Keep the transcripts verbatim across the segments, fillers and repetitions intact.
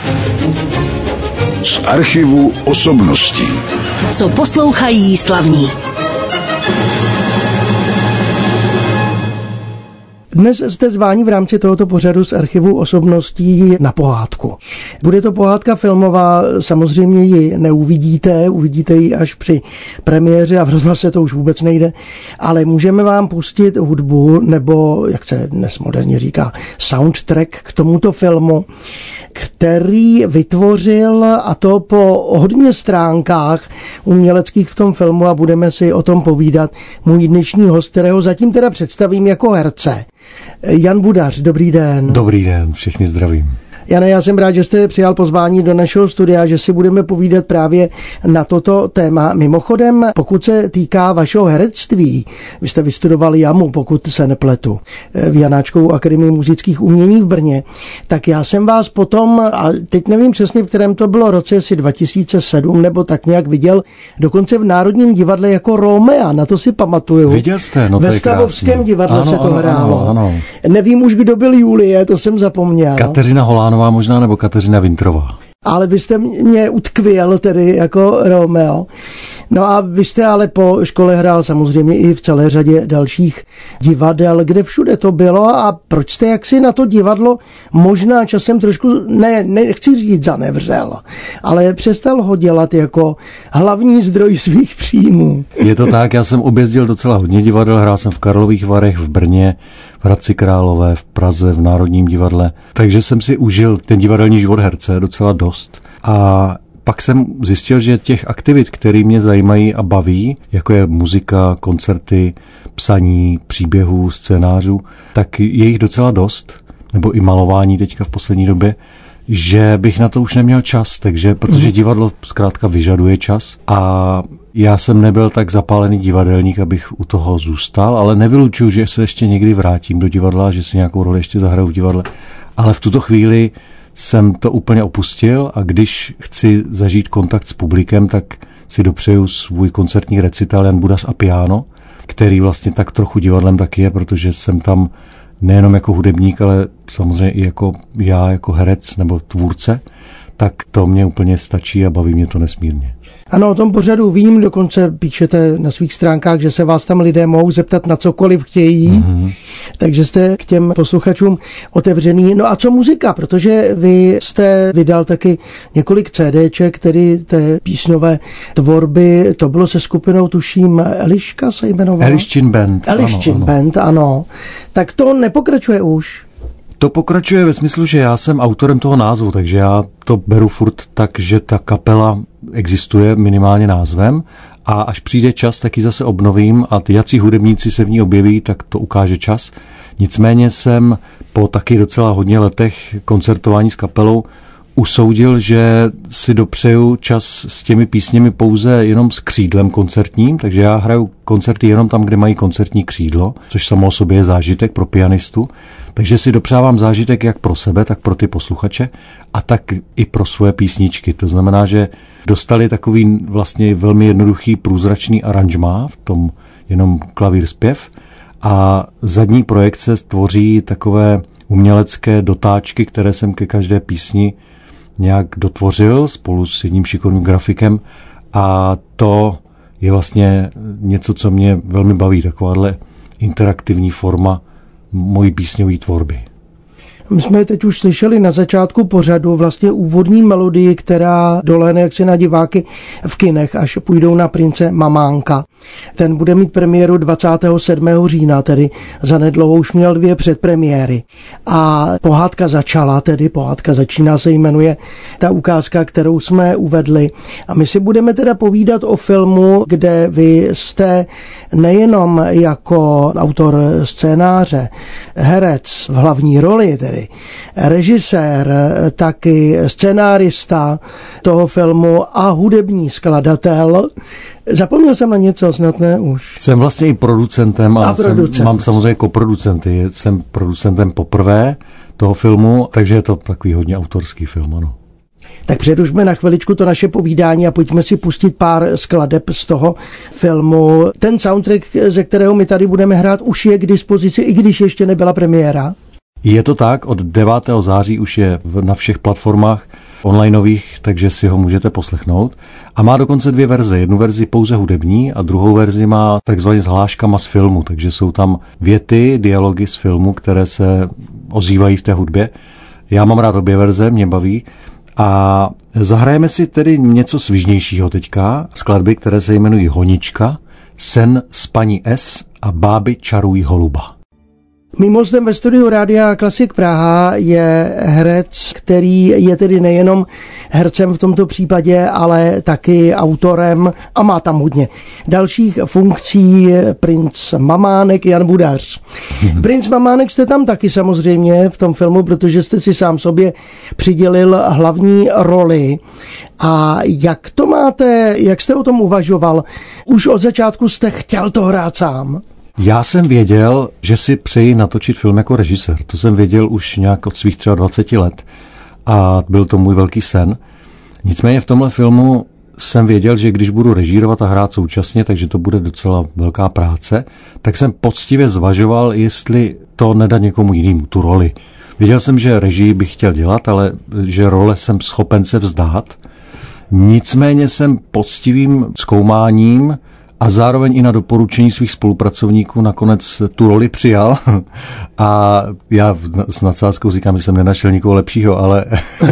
Z archivu osobností. Co poslouchají slavní. Dnes jste zváni v rámci tohoto pořadu z archivu osobností na pohádku. Bude to pohádka filmová, samozřejmě ji neuvidíte, uvidíte ji až při premiéře a v rozhlase to už vůbec nejde, ale můžeme vám pustit hudbu, nebo jak se dnes moderně říká, soundtrack k tomuto filmu, který vytvořil, a to po hodně stránkách uměleckých v tom filmu, a budeme si o tom povídat, můj dnešní host, kterého zatím teda představím jako herce. Jan Budař, dobrý den. Dobrý den, všichni zdravím. Jane, já jsem rád, že jste přijal pozvání do našeho studia, že si budeme povídat právě na toto téma. Mimochodem, pokud se týká vašeho herectví, vy jste vystudoval JAMU, pokud se nepletu, v Janáčkovou akademii múzických umění v Brně, tak já jsem vás potom, a teď nevím přesně, v kterém to bylo roce, asi dva tisíce sedm nebo tak nějak viděl, dokonce v Národním divadle jako Romea, na to si pamatuju. Viděl jste, no to Ve je Stavovském krásný. divadle ano, se to ano, hrálo. Ano, ano. Nevím už, kdo byl Julie, to jsem zapomněl. Kateřina Holánová možná, nebo Kateřina Vintrová. Ale vy jste mě utkvěl tedy jako Romeo. No a vy jste ale po škole hrál samozřejmě i v celé řadě dalších divadel, kde všude to bylo, a proč jste jaksi na to divadlo možná časem trošku, ne, nechci říct zanevřel, ale přestal ho dělat jako hlavní zdroj svých příjmů. Je to tak, já jsem objezdil docela hodně divadel, hrál jsem v Karlových Varech, v Brně, v Hradci Králové, v Praze, v Národním divadle, takže jsem si užil ten divadelní život herce docela dost. A pak jsem zjistil, že těch aktivit, které mě zajímají a baví, jako je muzika, koncerty, psaní, příběhů, scénářů, tak je jich docela dost, nebo i malování teďka v poslední době, že bych na to už neměl čas, takže protože divadlo zkrátka vyžaduje čas a já jsem nebyl tak zapálený divadelník, abych u toho zůstal, ale nevylučuju, že se ještě někdy vrátím do divadla, že si nějakou roli ještě zahraju v divadle, ale v tuto chvíli jsem to úplně opustil a když chci zažít kontakt s publikem, tak si dopřeju svůj koncertní recital Jan Budař a piano, který vlastně tak trochu divadlem taky je, protože jsem tam nejenom jako hudebník, ale samozřejmě i jako já, jako herec nebo tvůrce, tak to mě úplně stačí a baví mě to nesmírně. Ano, o tom pořadu vím, dokonce píšete na svých stránkách, že se vás tam lidé mohou zeptat na cokoliv chtějí, mm-hmm. takže jste k těm posluchačům otevřený. No a co muzika, protože vy jste vydal taky několik CDček, tedy té písňové tvorby, to bylo se skupinou, tuším, Eliška se jmenovala? Eliščin Band. Eliščin ano, Band, ano. ano. Tak to nepokračuje už? To pokračuje ve smyslu, že já jsem autorem toho názvu, takže já to beru furt tak, že ta kapela existuje minimálně názvem a až přijde čas, tak ji zase obnovím a ty jací hudebníci se v ní objeví, tak to ukáže čas. Nicméně jsem po taky docela hodně letech koncertování s kapelou usoudil, že si dopřeju čas s těmi písněmi pouze jenom s křídlem koncertním, takže já hraju koncerty jenom tam, kde mají koncertní křídlo, což samo o sobě je zážitek pro pianistu. Takže si dopřávám zážitek jak pro sebe, tak pro ty posluchače a tak i pro svoje písničky. To znamená, že dostali takový vlastně velmi jednoduchý průzračný aranžmá, v tom jenom klavír zpěv a zadní projekce tvoří takové umělecké dotáčky, které jsem ke každé písni nějak dotvořil spolu s jedním šikovným grafikem a to je vlastně něco, co mě velmi baví, takováhle interaktivní forma mojí písňové tvorby. My jsme teď už slyšeli na začátku pořadu vlastně úvodní melodii, která dolehne jaksi na diváky v kinech, až půjdou na Prince Mamánka. Ten bude mít premiéru dvacátého sedmého října, tedy zanedlouho už měl dvě předpremiéry. A pohádka začala, tedy pohádka začíná se jmenuje ta ukázka, kterou jsme uvedli. A my si budeme teda povídat o filmu, kde vy jste nejenom jako autor scénáře, herec v hlavní roli, tedy režisér, taky scenárista toho filmu a hudební skladatel. Zapomněl jsem na něco, snad ne už. Jsem vlastně i producentem, ale producent. jsem, mám samozřejmě koproducenty. Jsem producentem poprvé toho filmu, takže je to takový hodně autorský film, ano. Tak přerušme na chviličku to naše povídání a pojďme si pustit pár skladeb z toho filmu. Ten soundtrack, ze kterého my tady budeme hrát, už je k dispozici, i když ještě nebyla premiéra. Je to tak, od devátého září už je na všech platformách onlineových, takže si ho můžete poslechnout. A má dokonce dvě verze. Jednu verzi pouze hudební a druhou verzi má takzvaně s hláškama z filmu, takže jsou tam věty, dialogy z filmu, které se ozývají v té hudbě. Já mám rád obě verze, mě baví. A zahrajeme si tedy něco svižnějšího teďka, skladby, které se jmenují Honička, Sen s paní S a Báby čaruj holuba. Mým hostem ve studiu Rádia Klasik Praha je herec, který je tedy nejenom hercem v tomto případě, ale taky autorem a má tam hodně dalších funkcí, princ Mamánek Jan Budař. Hmm. Princ Mamánek jste tam taky samozřejmě v tom filmu, protože jste si sám sobě přidělil hlavní roli. A jak to máte, jak jste o tom uvažoval? Už od začátku jste chtěl to hrát sám? Já jsem věděl, že si přeji natočit film jako režisér. To jsem věděl už nějak od svých třeba dvaceti let a byl to můj velký sen. Nicméně v tomhle filmu jsem věděl, že když budu režírovat a hrát současně, takže to bude docela velká práce, tak jsem poctivě zvažoval, jestli to nedá někomu jinému, tu roli. Věděl jsem, že režii bych chtěl dělat, ale že role jsem schopen se vzdát. Nicméně jsem poctivým zkoumáním a zároveň i na doporučení svých spolupracovníků nakonec tu roli přijal. A já s nadsázkou říkám, že jsem nenašel nikoho lepšího, ale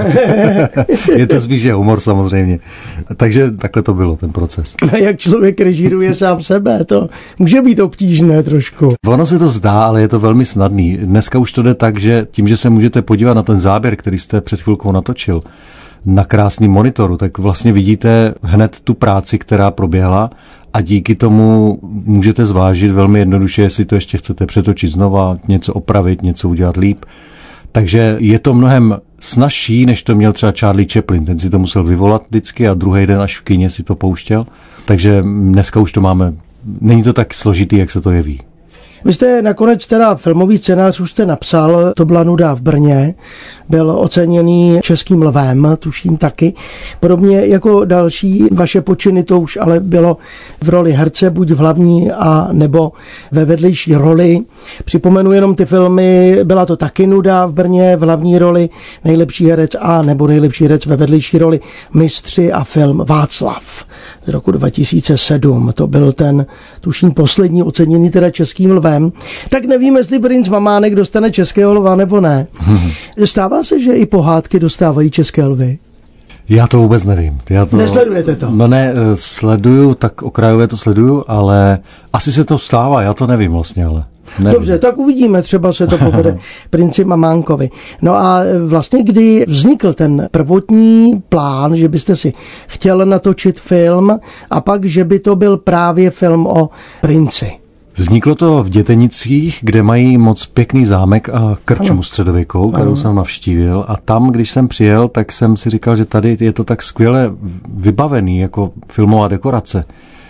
je to spíš je humor samozřejmě. Takže takhle to bylo, ten proces. A jak člověk režíruje sám sebe, to může být obtížné trošku. Ono se to zdá, ale je to velmi snadný. Dneska už to jde tak, že tím, že se můžete podívat na ten záběr, který jste před chvilkou natočil, na krásným monitoru, tak vlastně vidíte hned tu práci, která proběhla a díky tomu můžete zvážit velmi jednoduše, jestli to ještě chcete přetočit znova, něco opravit, něco udělat líp. Takže je to mnohem snazší, než to měl třeba Charlie Chaplin. Ten si to musel vyvolat vždycky a druhý den až v kině si to pouštěl. Takže dneska už to máme, není to tak složitý, jak se to jeví. Vy jste nakonec teda filmový scénář už jste napsal, to byla Nuda v Brně, byl oceněný Českým lvem, tuším taky. Podobně jako další vaše počiny, to už ale bylo v roli herce, buď v hlavní a nebo ve vedlejší roli. Připomenu jenom ty filmy, byla to taky Nuda v Brně v hlavní roli, nejlepší herec a nebo nejlepší herec ve vedlejší roli Mistři a film Václav z roku dva tisíce sedm. To byl ten, tuším, poslední oceněný teda Českým lvem. Tak nevím, jestli princ Mamánek dostane Českého lva nebo ne. Hmm. Stává se, že i pohádky dostávají české lvy? Já to vůbec nevím. Já to, Nesledujete to? No ne, sleduju, tak okrajově to sleduju, ale asi se to stává, já to nevím vlastně, ale nevím. Dobře, tak uvidíme, třeba se to povede princi Mamánkovi. No a vlastně kdy vznikl ten prvotní plán, že byste si chtěl natočit film a pak, že by to byl právě film o princi? Vzniklo to v Dětenicích, kde mají moc pěkný zámek a krčmu středověkou, kterou jsem navštívil. A tam, když jsem přijel, tak jsem si říkal, že tady je to tak skvěle vybavený jako filmová dekorace,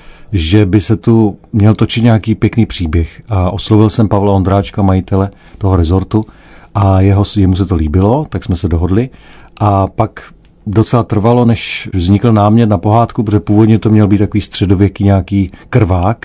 že by se tu měl točit nějaký pěkný příběh. A oslovil jsem Pavla Ondráčka, majitele toho rezortu, a jeho, jemu se to líbilo, tak jsme se dohodli. A pak docela trvalo, než vznikl námět na pohádku, protože původně to měl být takový středověký nějaký krvák,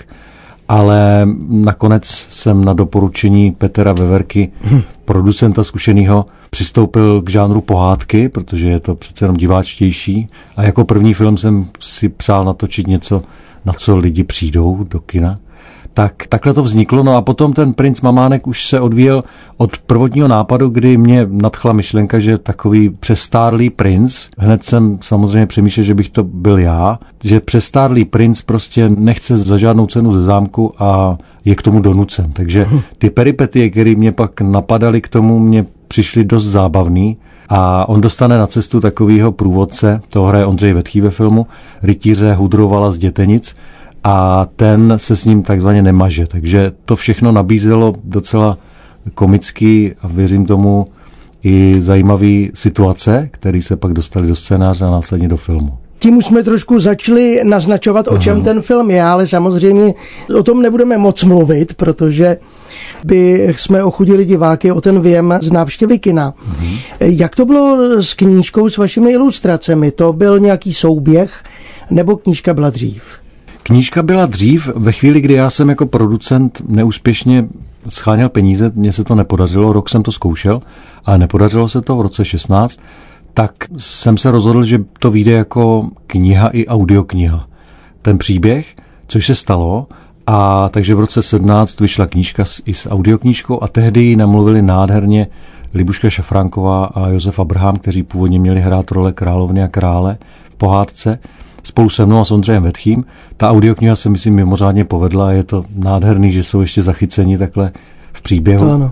ale nakonec jsem na doporučení Petra Veverky, producenta zkušenýho, přistoupil k žánru pohádky, protože je to přece jenom diváčtější. A jako první film jsem si přál natočit něco, na co lidi přijdou do kina. Tak takhle to vzniklo. No a potom ten princ Mamánek už se odvíjel od prvotního nápadu, kdy mě nadchla myšlenka, že takový přestárlý princ, hned jsem samozřejmě přemýšlel, že bych to byl já, že přestárlý princ prostě nechce za žádnou cenu ze zámku a je k tomu donucen. Takže ty peripetie, které mě pak napadaly k tomu, mě přišly dost zábavný. A on dostane na cestu takového průvodce, toho hraje Ondřej Vetchý ve filmu, rytíře Hudrovala z Dětenic, a ten se s ním takzvaně nemaže. Takže to všechno nabízelo docela komický a věřím tomu i zajímavý situace, které se pak dostaly do scénáře a následně do filmu. Tím už jsme trošku začali naznačovat, o čem ten film je, ale samozřejmě o tom nebudeme moc mluvit, protože by jsme ochudili diváky o ten věm z návštěvy kina. Uhum. Jak to bylo s knížkou, s vašimi ilustracemi? To byl nějaký souběh, nebo knížka byla dřív? Knížka byla dřív, ve chvíli, kdy já jsem jako producent neúspěšně scháněl peníze, mně se to nepodařilo, rok jsem to zkoušel, ale nepodařilo se to v roce šestnáct, tak jsem se rozhodl, že to vyjde jako kniha i audiokniha. Ten příběh, což se stalo, a takže v roce sedmnáct vyšla knížka s, i s audioknížkou a tehdy ji namluvili nádherně Libuška Šafránková a Josef Abraham, kteří původně měli hrát role královny a krále v pohádce, spolu se mnou a s Ondřejem Vetchým. Ta audiokniha se, myslím, mimořádně povedla a je to nádherný, že jsou ještě zachyceni takhle v příběhu ano.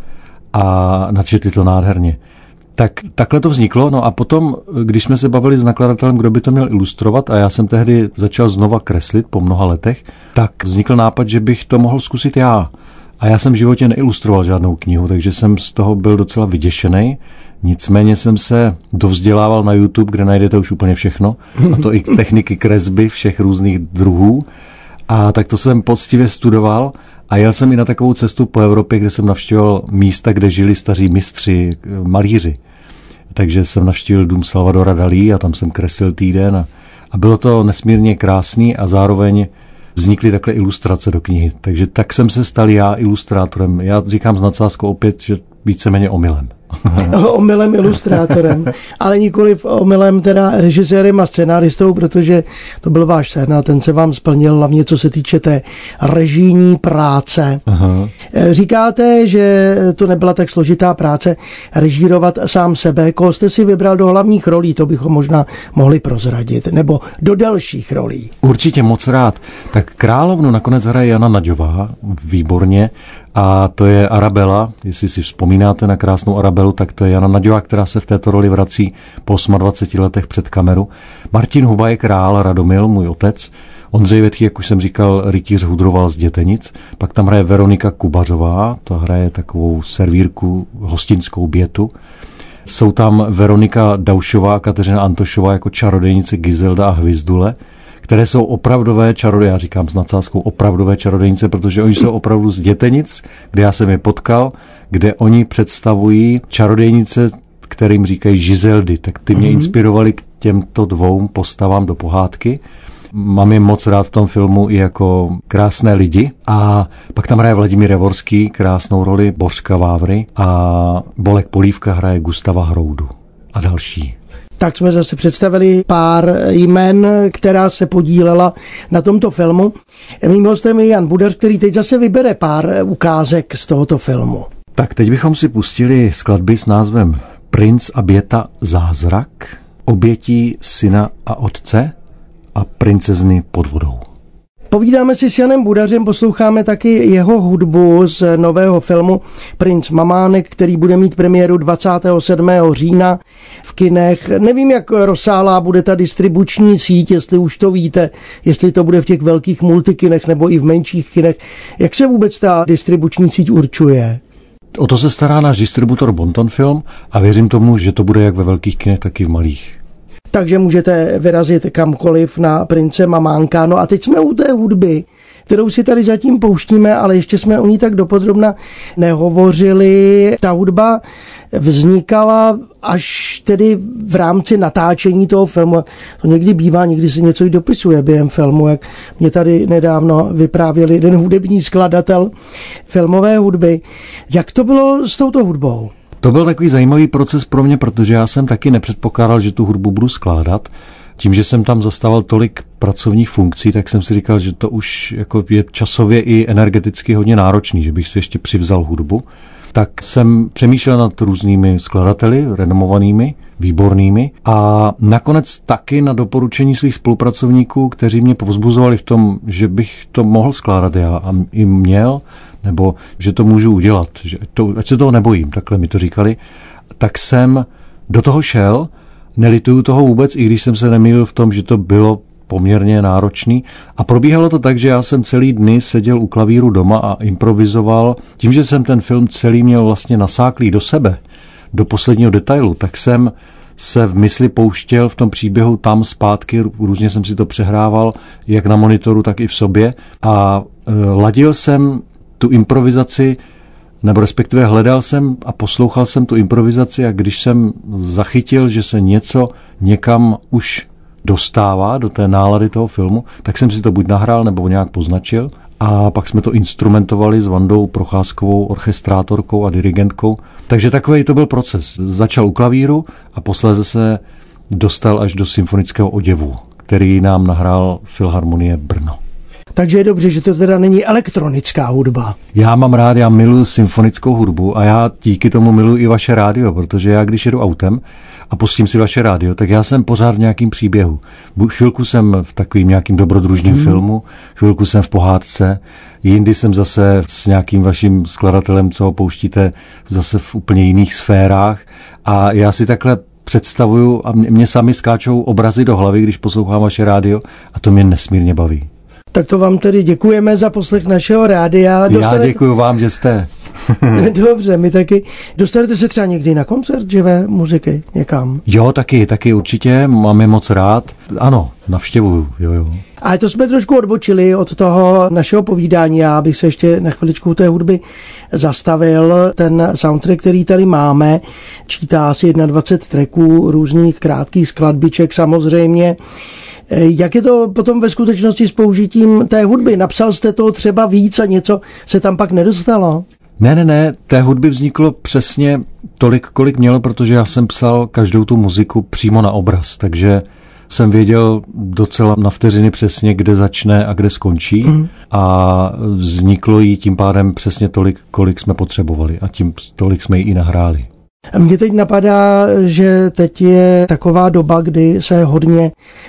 A načetli to nádherně. Tak takhle to vzniklo, no a potom, když jsme se bavili s nakladatelem, kdo by to měl ilustrovat, a já jsem tehdy začal znova kreslit po mnoha letech, tak vznikl nápad, že bych to mohl zkusit já. A já jsem v životě neilustroval žádnou knihu, takže jsem z toho byl docela vyděšený. Nicméně jsem se dovzdělával na YouTube, kde najdete už úplně všechno, a to i techniky kresby všech různých druhů. A tak to jsem poctivě studoval a jel jsem i na takovou cestu po Evropě, kde jsem navštěvoval místa, kde žili staří mistři, malíři. Takže jsem navštívil dům Salvadora Dalí a tam jsem kreslil týden a, a bylo to nesmírně krásný a zároveň vznikly takhle ilustrace do knihy. Takže tak jsem se stal já ilustrátorem. Já říkám s nadsázkou opět, že víceméně omylem. Omylem ilustrátorem, ale nikoliv omylem teda režisérem a scenáristou, protože to byl váš sen a ten se vám splnil, hlavně co se týče té režijní práce. Aha. Říkáte, že to nebyla tak složitá práce režírovat sám sebe. Koho jste si vybral do hlavních rolí, to bychom možná mohli prozradit, nebo do dalších rolí. Určitě moc rád. Tak královnu nakonec hraje Jana Naďová, výborně. A to je Arabela, jestli si vzpomínáte na krásnou Arabelu, tak to je Jana Naďová, která se v této roli vrací po dvaceti osmi letech před kameru. Martin Huba je král, Radomil, můj otec. Ondřej Vetchý, jak už jsem říkal, rytíř Hudroval z Dětenic. Pak tam hraje Veronika Kubařová, ta hraje takovou servírku, hostinskou bětu. Jsou tam Veronika Daušová a Kateřina Antošová jako čarodejnice Gizelda a Hvizdule, které jsou opravdové čarodějnice, já říkám s nadsázkou opravdové čarodejnice, protože oni jsou opravdu z Dětenic, kde já jsem je potkal, kde oni představují čarodejnice, kterým říkají Gizeldy, tak ty mě mm-hmm. inspirovali k těmto dvou postavám do pohádky. Mám je moc rád v tom filmu i jako krásné lidi. A pak tam hraje Vladimír Javorský, krásnou roli Bořka Vávry a Bolek Polívka hraje Gustava Hroudu a další. Tak jsme zase představili pár jmen, která se podílela na tomto filmu. Mým hostem je Jan Budař, který teď zase vybere pár ukázek z tohoto filmu. Tak teď bychom si pustili skladby s názvem Princ a Běta Zázrak, Obětí syna a otce a Princezny pod vodou. Povídáme si s Janem Budařem, posloucháme taky jeho hudbu z nového filmu Princ Mamánek, který bude mít premiéru dvacátého sedmého října v kinech. Nevím, jak rozsáhlá bude ta distribuční síť, jestli už to víte, jestli to bude v těch velkých multikinech nebo i v menších kinech. Jak se vůbec ta distribuční síť určuje? O to se stará náš distributor Bonton Film a věřím tomu, že to bude jak ve velkých kinech, tak i v malých. Takže můžete vyrazit kamkoliv na Prince Mamánka. No a teď jsme u té hudby, kterou si tady zatím pouštíme, ale ještě jsme o ní tak dopodrobna nehovořili. Ta hudba vznikala až tedy v rámci natáčení toho filmu. To někdy bývá, někdy se něco i dopisuje během filmu, jak mě tady nedávno vyprávěl jeden hudební skladatel filmové hudby. Jak to bylo s touto hudbou? To byl takový zajímavý proces pro mě, protože já jsem taky nepředpokládal, že tu hudbu budu skládat. Tím, že jsem tam zastával tolik pracovních funkcí, tak jsem si říkal, že to už jako je časově i energeticky hodně náročný, že bych si ještě přivzal hudbu. Tak jsem přemýšlel nad různými skladateli, renomovanými, výbornými a nakonec taky na doporučení svých spolupracovníků, kteří mě povzbuzovali v tom, že bych to mohl skládat já a i měl, nebo že to můžu udělat, že to, ať se toho nebojím, takhle mi to říkali, tak jsem do toho šel, nelituju toho vůbec, i když jsem se nemýlil v tom, že to bylo poměrně náročný. A probíhalo to tak, že já jsem celý dny seděl u klavíru doma a improvizoval. Tím, že jsem ten film celý měl vlastně nasáklý do sebe, do posledního detailu, tak jsem se v mysli pouštěl v tom příběhu tam zpátky, různě jsem si to přehrával, jak na monitoru, tak i v sobě. A e, ladil jsem tu improvizaci, nebo respektive hledal jsem a poslouchal jsem tu improvizaci a když jsem zachytil, že se něco někam už dostává do té nálady toho filmu, tak jsem si to buď nahrál nebo nějak poznačil a pak jsme to instrumentovali s Vandou Procházkovou, orchestrátorkou a dirigentkou. Takže takový to byl proces. Začal u klavíru a posléze se dostal až do symfonického oděvu, který nám nahrál Filharmonie Brno. Takže je dobře, že to teda není elektronická hudba. Já mám rád, já miluji symfonickou hudbu a já díky tomu miluji i vaše rádio, protože já když jedu autem a pustím si vaše rádio, tak já jsem pořád v nějakým příběhu. Chvilku jsem v takovým nějakým dobrodružným hmm. filmu, chvilku jsem v pohádce, jindy jsem zase s nějakým vaším skladatelem, co ho pouštíte zase v úplně jiných sférách a já si takhle představuju a mě sami skáčou obrazy do hlavy, když poslouchám vaše rádio a to mě nesmírně baví. Tak to vám tedy děkujeme za poslech našeho rádia. Dostanete... Já děkuju vám, že jste. Dobře, my taky. Dostanete se třeba někdy na koncert živé muziky někam? Jo, taky, taky určitě, mám je moc rád. Ano, navštěvuju, jo, jo. Ale to jsme trošku odbočili od toho našeho povídání. Já bych se ještě na chviličku té hudby zastavil. Ten soundtrack, který tady máme, čítá asi dvacet jedna tracků, různých krátkých skladbiček samozřejmě. Jak je to potom ve skutečnosti s použitím té hudby? Napsal jste toho třeba víc a něco se tam pak nedostalo? Ne, ne, ne, té hudby vzniklo přesně tolik, kolik mělo, protože já jsem psal každou tu muziku přímo na obraz, takže jsem věděl docela na vteřiny přesně, kde začne a kde skončí mm. a vzniklo jí tím pádem přesně tolik, kolik jsme potřebovali a tím tolik jsme ji i nahráli. Mně teď napadá, že teď je taková doba, kdy se hodně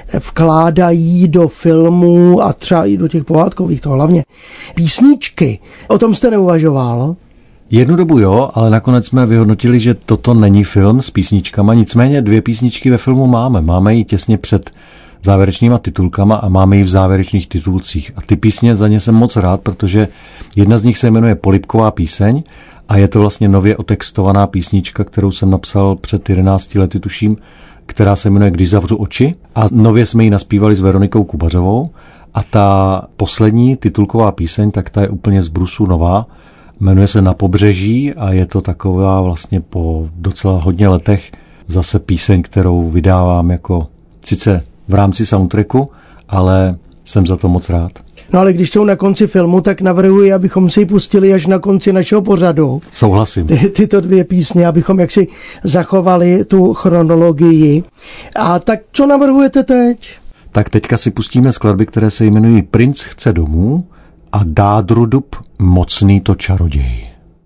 vkládají do filmů a třeba i do těch pohádkových, to hlavně písničky. O tom jste neuvažoval? Jednu dobu jo, ale nakonec jsme vyhodnotili, že toto není film s písničkama, nicméně dvě písničky ve filmu máme. Máme ji těsně před závěrečnýma titulkama a máme ji v závěrečných titulcích. A ty písně za ně jsem moc rád, protože jedna z nich se jmenuje Polibková píseň a je to vlastně nově otextovaná písnička, kterou jsem napsal před jedenácti lety, tuším, která se jmenuje Když zavřu oči a nově jsme ji naspívali s Veronikou Kubařovou a ta poslední titulková píseň, tak ta je úplně z brusu nová, jmenuje se Na pobřeží a je to taková vlastně po docela hodně letech zase píseň, kterou vydávám jako sice v rámci soundtracku, ale jsem za to moc rád. No ale když jsou na konci filmu, tak navrhuji, abychom si ji pustili až na konci našeho pořadu. Souhlasím. Ty, tyto dvě písně, abychom jaksi zachovali tu chronologii. A tak co navrhujete teď? Tak teďka si pustíme skladby, které se jmenují Princ chce domů a Dádrudub mocný to čaroděj.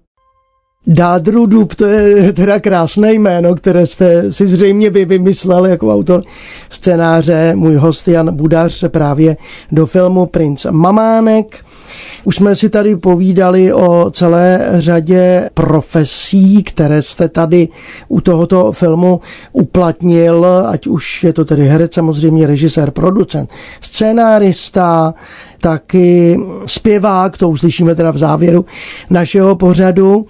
Dádrudub, to je teda krásné jméno, které jste si zřejmě vy vymyslel jako autor scénáře. Můj host Jan Budař se právě do filmu Princ Mamánek. Už jsme si tady povídali o celé řadě profesí, které jste tady u tohoto filmu uplatnil, ať už je to tedy herec, samozřejmě režisér, producent, scénárista, taky zpěvák, to uslyšíme teda v závěru našeho pořadu.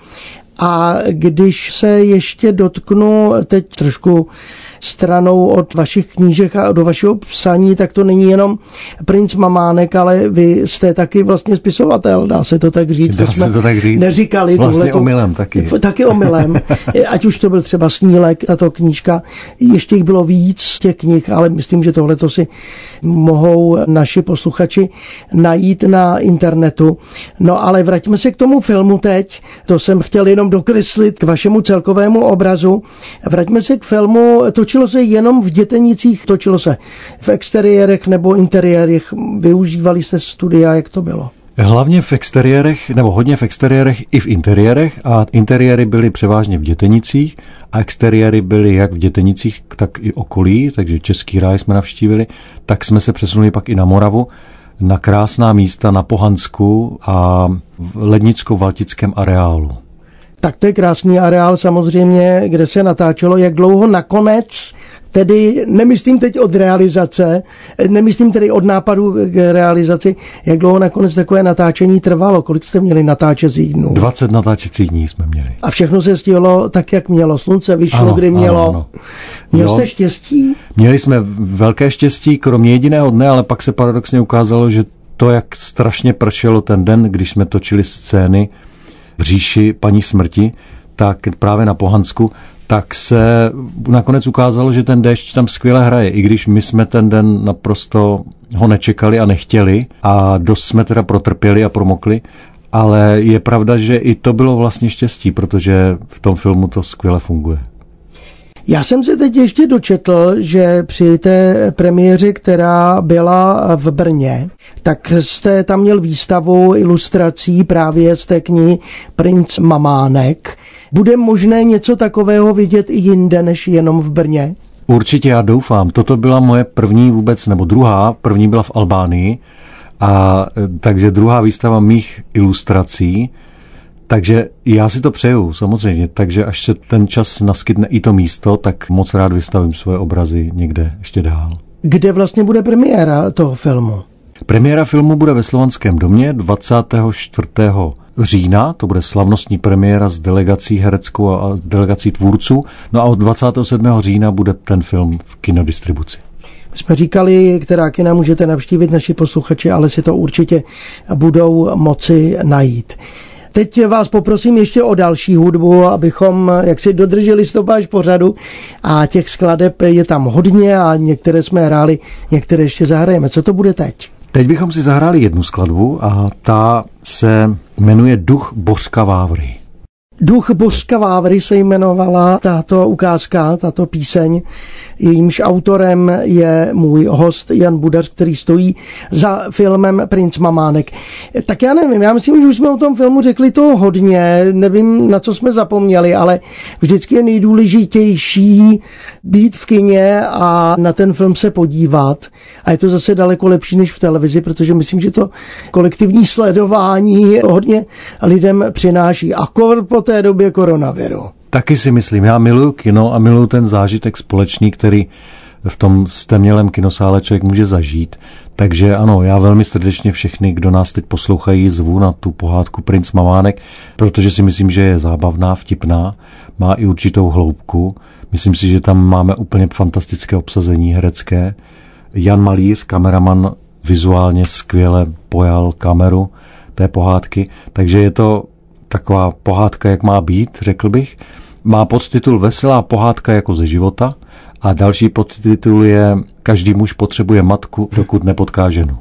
A když se ještě dotknu teď trošku stranou od vašich knížek a do vašeho psaní, tak to není jenom Princ Mamánek, ale vy jste taky vlastně spisovatel, dá se to tak říct. Dá to se to tak říct. Neříkali vlastně tohleto. Omylem taky. Taky omylem. Ať už to byl třeba Snílek, tato knížka. Ještě jich bylo víc těch knih, ale myslím, že tohleto si mohou naši posluchači najít na internetu. No ale vraťme se k tomu filmu teď. To jsem chtěl jenom dokreslit k vašemu celkovému obrazu. Vraťme se k filmu. Točilo se jenom v Dětenicích, točilo se v exteriérech nebo interiérech. Využívali jste studia, jak to bylo? Hlavně v exteriérech, nebo hodně v exteriérech i v interiérech a interiéry byly převážně v Dětenicích a exteriéry byly jak v Dětenicích, tak i okolí, takže Český ráj jsme navštívili, tak jsme se přesunuli pak i na Moravu, na krásná místa na Pohansku a v Lednicko-Valtickém areálu. Tak to je krásný areál samozřejmě, kde se natáčelo. Jak dlouho nakonec, tedy nemyslím teď od realizace, nemyslím tedy od nápadu k realizaci, jak dlouho nakonec takové natáčení trvalo? Kolik jste měli natáčecích dnů? dvacet natáčecích dní jsme měli. A všechno se stihlo tak, jak mělo. Slunce vyšlo, ano, kdy mělo. Ano, ano. Měl jste štěstí? Měli jsme velké štěstí, kromě jediného dne, ale pak se paradoxně ukázalo, že to, jak strašně pršelo ten den, když jsme točili scény v říši paní smrti, tak právě na Pohansku, tak se nakonec ukázalo, že ten déšť tam skvěle hraje, i když my jsme ten den naprosto ho nečekali a nechtěli a dost jsme teda protrpěli a promokli, ale je pravda, že i to bylo vlastně štěstí, protože v tom filmu to skvěle funguje. Já jsem se teď ještě dočetl, že při té premiéře, která byla v Brně, tak jste tam měl výstavu ilustrací právě z té knihy Princ Mamánek. Bude možné něco takového vidět i jinde, než jenom v Brně? Určitě, já doufám. Toto byla moje první vůbec, nebo druhá, první byla v Albánii, a takže druhá výstava mých ilustrací. Takže já si to přeju, samozřejmě. Takže až se ten čas naskytne i to místo, tak moc rád vystavím svoje obrazy někde ještě dál. Kde vlastně bude premiéra toho filmu? Premiéra filmu bude ve Slovanském domě dvacátého čtvrtého října, to bude slavnostní premiéra s delegací hereckou a s delegací tvůrců, no a od dvacátého sedmého října bude ten film v kinodistribuci. My jsme říkali, která kina můžete navštívit naši posluchači, ale si to určitě budou moci najít. Teď vás poprosím ještě o další hudbu, abychom jaksi dodrželi stopáž pořadu, a těch skladeb je tam hodně a některé jsme hráli, některé ještě zahrajeme. Co to bude teď? Teď bychom si zahráli jednu skladbu a ta se jmenuje Duch Bořka Vávry. Duch Bořka Vávry se jmenovala tato ukázka, tato píseň. Jejímž autorem je můj host Jan Budař, který stojí za filmem Princ Mamánek. Tak já nevím, já myslím, že už jsme o tom filmu řekli toho hodně, nevím, na co jsme zapomněli, ale vždycky je nejdůležitější být v kině a na ten film se podívat. A je to zase daleko lepší než v televizi, protože myslím, že to kolektivní sledování hodně lidem přináší. A kor po té době koronaviru. Taky si myslím, já miluju kino a miluju ten zážitek společný, který v tom stemnělém kinosále člověk může zažít. Takže ano, já velmi srdečně všechny, kdo nás teď poslouchají, zvu na tu pohádku Princ Mamánek, protože si myslím, že je zábavná, vtipná, má i určitou hloubku. Myslím si, že tam máme úplně fantastické obsazení herecké. Jan Malíř, kameraman, vizuálně skvěle pojal kameru té pohádky, takže je to taková pohádka, jak má být, řekl bych. Má podtitul Veselá pohádka jako ze života a další podtitul je Každý muž potřebuje matku, dokud nepotká ženu.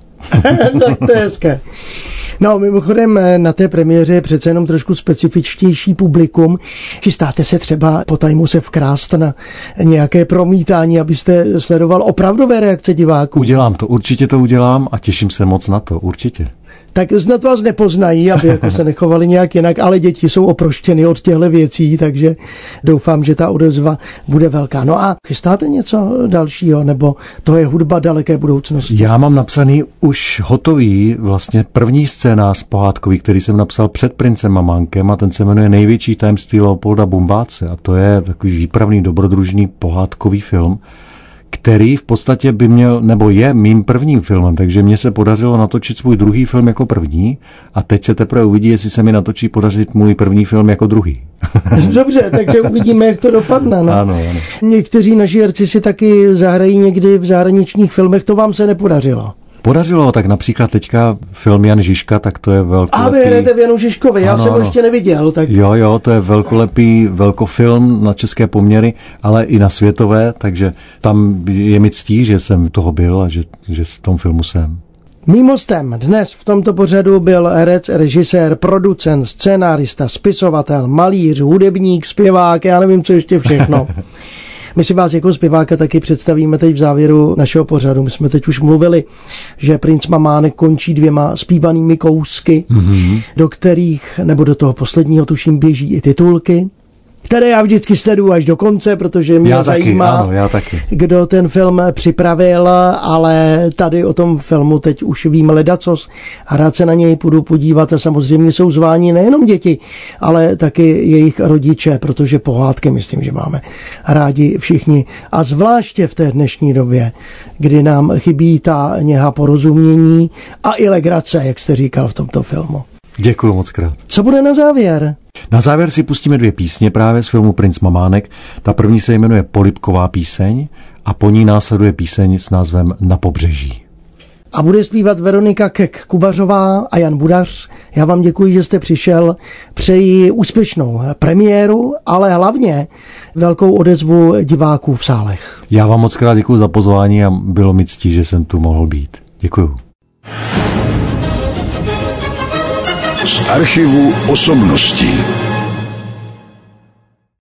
Tak to je hezké. No, mimochodem na té premiéře je přece jenom trošku specifičtější publikum. Chystáte se třeba po tajmu se vkrást na nějaké promítání, abyste sledoval opravdové reakce diváků? Udělám to, určitě to udělám a těším se moc na to, určitě. Tak snad vás nepoznají, aby jako se nechovali nějak jinak, ale děti jsou oproštěny od těchto věcí, takže doufám, že ta odezva bude velká. No a chystáte něco dalšího, nebo to je hudba daleké budoucnosti? Já mám napsaný už hotový vlastně první scénář pohádkový, který jsem napsal před Princem Mamánkem, a ten se jmenuje Největší tajemství Leopolda Bumbáce, a to je takový výpravný dobrodružný pohádkový film, který v podstatě by měl, nebo je mým prvním filmem, takže mně se podařilo natočit svůj druhý film jako první a teď se teprve uvidí, jestli se mi natočí podařit můj první film jako druhý. Dobře, takže uvidíme, jak to dopadne. No. Ano, ano. Někteří naši herci si taky zahrají někdy v zahraničních filmech, to vám se nepodařilo. Podařilo, tak například teďka film Jan Žižka, tak to je velkolepý... A vy hrajete v Janu Žižkovi, já ano, jsem ho ano. ještě neviděl. Tak... Jo, jo, to je velkolepý velkofilm na české poměry, ale i na světové, takže tam je mi ctí, že jsem toho byl a že, že v tom filmu jsem. Mým hostem dnes v tomto pořadu byl herec, režisér, producent, scénárista, spisovatel, malíř, hudebník, zpěvák, já nevím, co ještě všechno. My si vás jako zpěváka taky představíme teď v závěru našeho pořadu. My jsme teď už mluvili, že Princ Mamánek končí dvěma zpívanými kousky, mm-hmm. do kterých, nebo do toho posledního tuším, běží i titulky, které já vždycky sleduju až do konce, protože mě já zajímá, taky, ano, já taky. kdo ten film připravil, ale tady o tom filmu teď už vím ledacos a rád se na něj půjdu podívat a samozřejmě jsou zváni nejenom děti, ale taky jejich rodiče, protože pohádky myslím, že máme rádi všichni a zvláště v té dnešní době, kdy nám chybí ta něha porozumění a i legrace, jak jste říkal v tomto filmu. Děkuju moc krát. Co bude na závěr? Na závěr si pustíme dvě písně právě z filmu Princ Mamánek. Ta první se jmenuje Polibková píseň a po ní následuje píseň s názvem Na pobřeží. A bude zpívat Veronika Kek-Kubařová a Jan Budař. Já vám děkuji, že jste přišel. Přeji úspěšnou premiéru, ale hlavně velkou odezvu diváků v sálech. Já vám moc krát děkuji za pozvání a bylo mi ctí, že jsem tu mohl být. Děkuju. Z archivu osobností.